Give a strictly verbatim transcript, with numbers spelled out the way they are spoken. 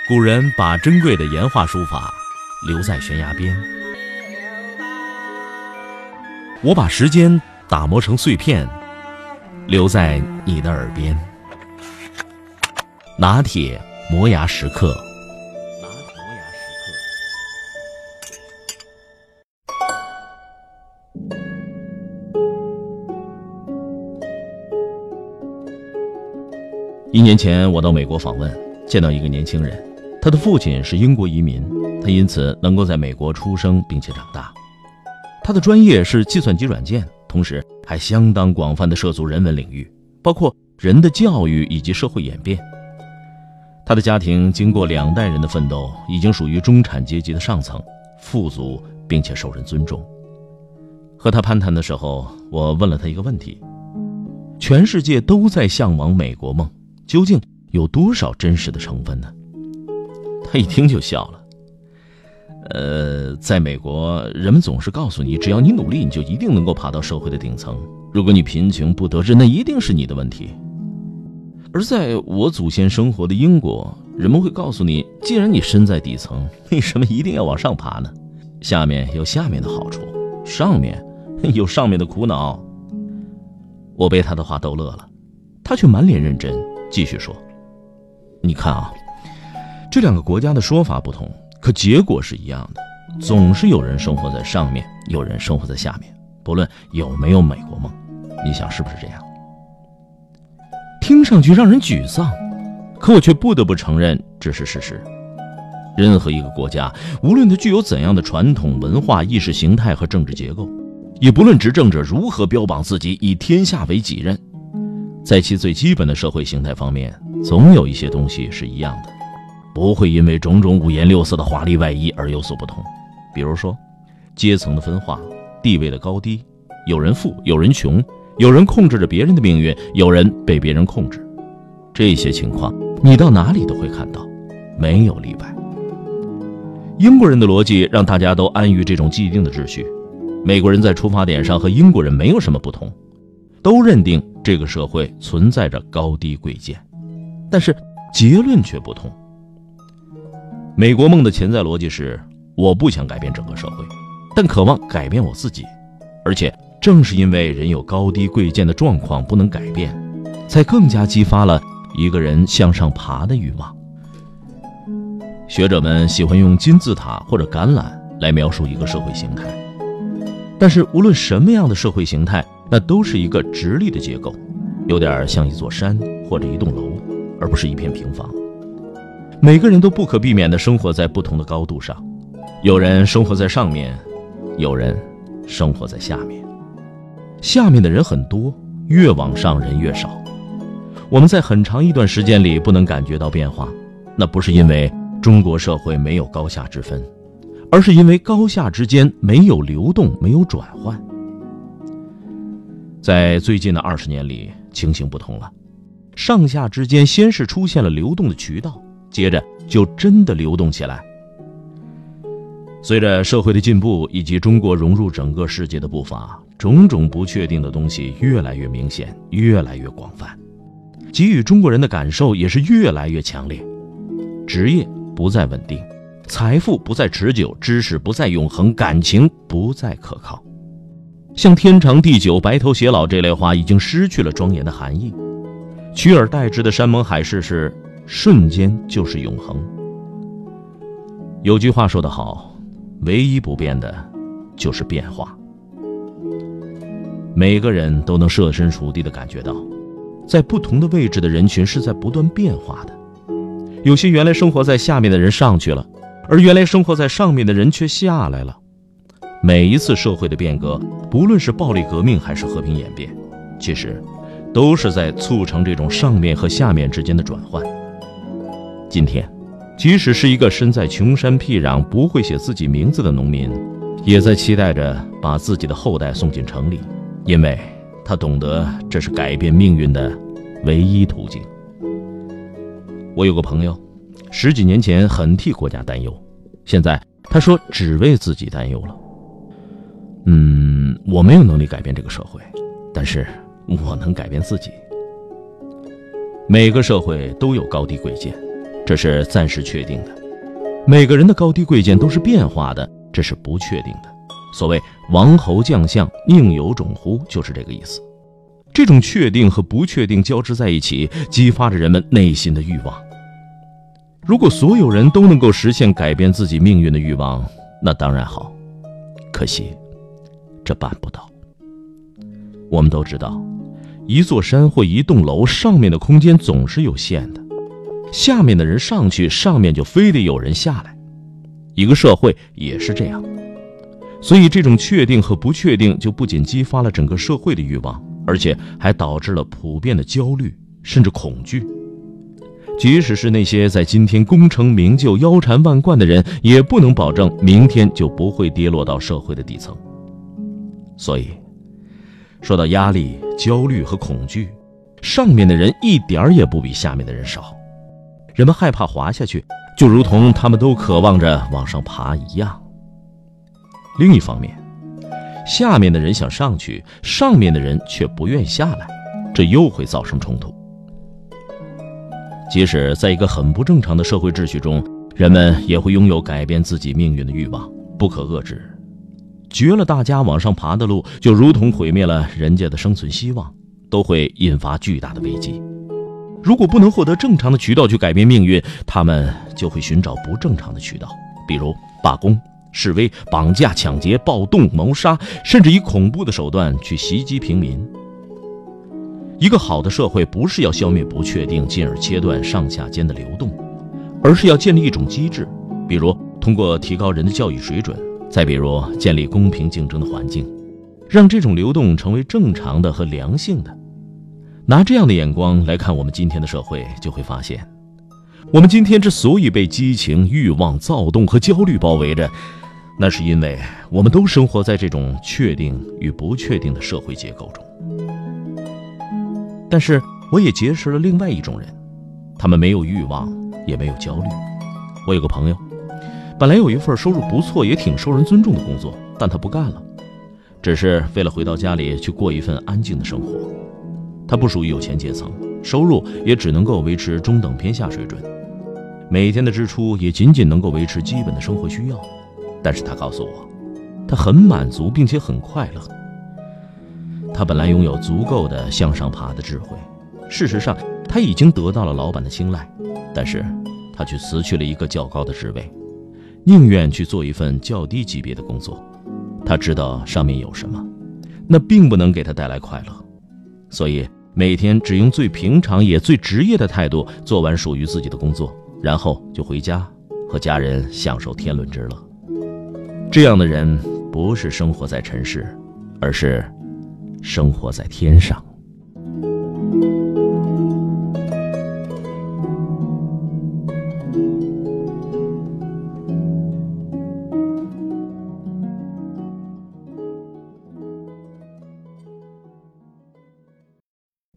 古人把珍贵的岩画书法留在悬崖边，我把时间打磨成碎片，留在你的耳边。拿铁磨牙时刻。一年前，我到美国访问，见到一个年轻人，他的父亲是英国移民，他因此能够在美国出生并且长大。他的专业是计算机软件，同时还相当广泛地涉足人文领域，包括人的教育以及社会演变。他的家庭经过两代人的奋斗，已经属于中产阶级的上层，富足并且受人尊重。和他攀谈的时候，我问了他一个问题：全世界都在向往美国梦，究竟有多少真实的成分呢？他一听就笑了。呃，在美国，人们总是告诉你，只要你努力，你就一定能够爬到社会的顶层。如果你贫穷不得志，那一定是你的问题。而在我祖先生活的英国，人们会告诉你，既然你身在底层，为什么一定要往上爬呢？下面有下面的好处，上面有上面的苦恼。我被他的话逗乐了，他却满脸认真，继续说：你看啊，这两个国家的说法不同，可结果是一样的，总是有人生活在上面，有人生活在下面，不论有没有美国梦。你想是不是这样？听上去让人沮丧，可我却不得不承认这是事实。任何一个国家，无论它具有怎样的传统文化、意识形态和政治结构，也不论执政者如何标榜自己以天下为己任，在其最基本的社会形态方面，总有一些东西是一样的，不会因为种种五颜六色的华丽外衣而有所不同。比如说阶层的分化、地位的高低，有人富有人穷，有人控制着别人的命运，有人被别人控制。这些情况你到哪里都会看到，没有例外。英国人的逻辑让大家都安于这种既定的秩序，美国人在出发点上和英国人没有什么不同，都认定这个社会存在着高低贵贱，但是结论却不同。美国梦的潜在逻辑是，我不想改变整个社会，但渴望改变我自己，而且正是因为人有高低贵贱的状况不能改变，才更加激发了一个人向上爬的欲望。学者们喜欢用金字塔或者橄榄来描述一个社会形态，但是无论什么样的社会形态，那都是一个直立的结构，有点像一座山或者一栋楼，而不是一片平房。每个人都不可避免地生活在不同的高度上，有人生活在上面，有人生活在下面。下面的人很多，越往上人越少。我们在很长一段时间里不能感觉到变化，那不是因为中国社会没有高下之分，而是因为高下之间没有流动，没有转换。在最近的二十年里，情形不同了，上下之间先是出现了流动的渠道，接着就真的流动起来。随着社会的进步以及中国融入整个世界的步伐，种种不确定的东西越来越明显，越来越广泛，给予中国人的感受也是越来越强烈。职业不再稳定，财富不再持久，知识不再永恒，感情不再可靠。像天长地久、白头偕老这类话已经失去了庄严的含义，取而代之的山盟海誓是瞬间就是永恒。有句话说得好，唯一不变的就是变化。每个人都能设身处地地感觉到，在不同的位置的人群是在不断变化的。有些原来生活在下面的人上去了，而原来生活在上面的人却下来了。每一次社会的变革，不论是暴力革命还是和平演变，其实都是在促成这种上面和下面之间的转换。今天即使是一个身在穷山僻壤不会写自己名字的农民，也在期待着把自己的后代送进城里，因为他懂得这是改变命运的唯一途径。我有个朋友，十几年前很替国家担忧，现在他说只为自己担忧了。嗯，我没有能力改变这个社会，但是我能改变自己。每个社会都有高低贵贱， 这是暂时确定的；每个人的高低贵贱都是变化的，这是不确定的。所谓王侯将相，宁有种乎，就是这个意思。这种确定和不确定交织在一起，激发着人们内心的欲望。如果所有人都能够实现改变自己命运的欲望，那当然好，可惜这办不到。我们都知道，一座山或一栋楼上面的空间总是有限的，下面的人上去，上面就非得有人下来。一个社会也是这样，所以这种确定和不确定就不仅激发了整个社会的欲望，而且还导致了普遍的焦虑甚至恐惧。即使是那些在今天功成名就、腰缠万贯的人，也不能保证明天就不会跌落到社会的底层。所以说到压力、焦虑和恐惧，上面的人一点儿也不比下面的人少。人们害怕滑下去，就如同他们都渴望着往上爬一样。另一方面，下面的人想上去，上面的人却不愿下来，这又会造成冲突。即使在一个很不正常的社会秩序中，人们也会拥有改变自己命运的欲望，不可遏制。绝了大家往上爬的路，就如同毁灭了人家的生存希望，都会引发巨大的危机。如果不能获得正常的渠道去改变命运，他们就会寻找不正常的渠道，比如罢工、示威、绑架、抢劫、暴动、谋杀，甚至以恐怖的手段去袭击平民。一个好的社会不是要消灭不确定，进而切断上下间的流动，而是要建立一种机制，比如通过提高人的教育水准，再比如建立公平竞争的环境，让这种流动成为正常的和良性的。拿这样的眼光来看我们今天的社会，就会发现，我们今天之所以被激情、欲望、躁动和焦虑包围着，那是因为我们都生活在这种确定与不确定的社会结构中。但是我也结识了另外一种人，他们没有欲望，也没有焦虑。我有个朋友，本来有一份收入不错也挺受人尊重的工作，但他不干了，只是为了回到家里去过一份安静的生活。他不属于有钱阶层，收入也只能够维持中等偏下水准，每天的支出也仅仅能够维持基本的生活需要。但是他告诉我，他很满足并且很快乐。他本来拥有足够的向上爬的智慧，事实上他已经得到了老板的青睐，但是他却辞去了一个较高的职位，宁愿去做一份较低级别的工作。他知道上面有什么，那并不能给他带来快乐，所以每天只用最平常也最职业的态度做完属于自己的工作，然后就回家和家人享受天伦之乐。这样的人不是生活在尘世，而是生活在天上。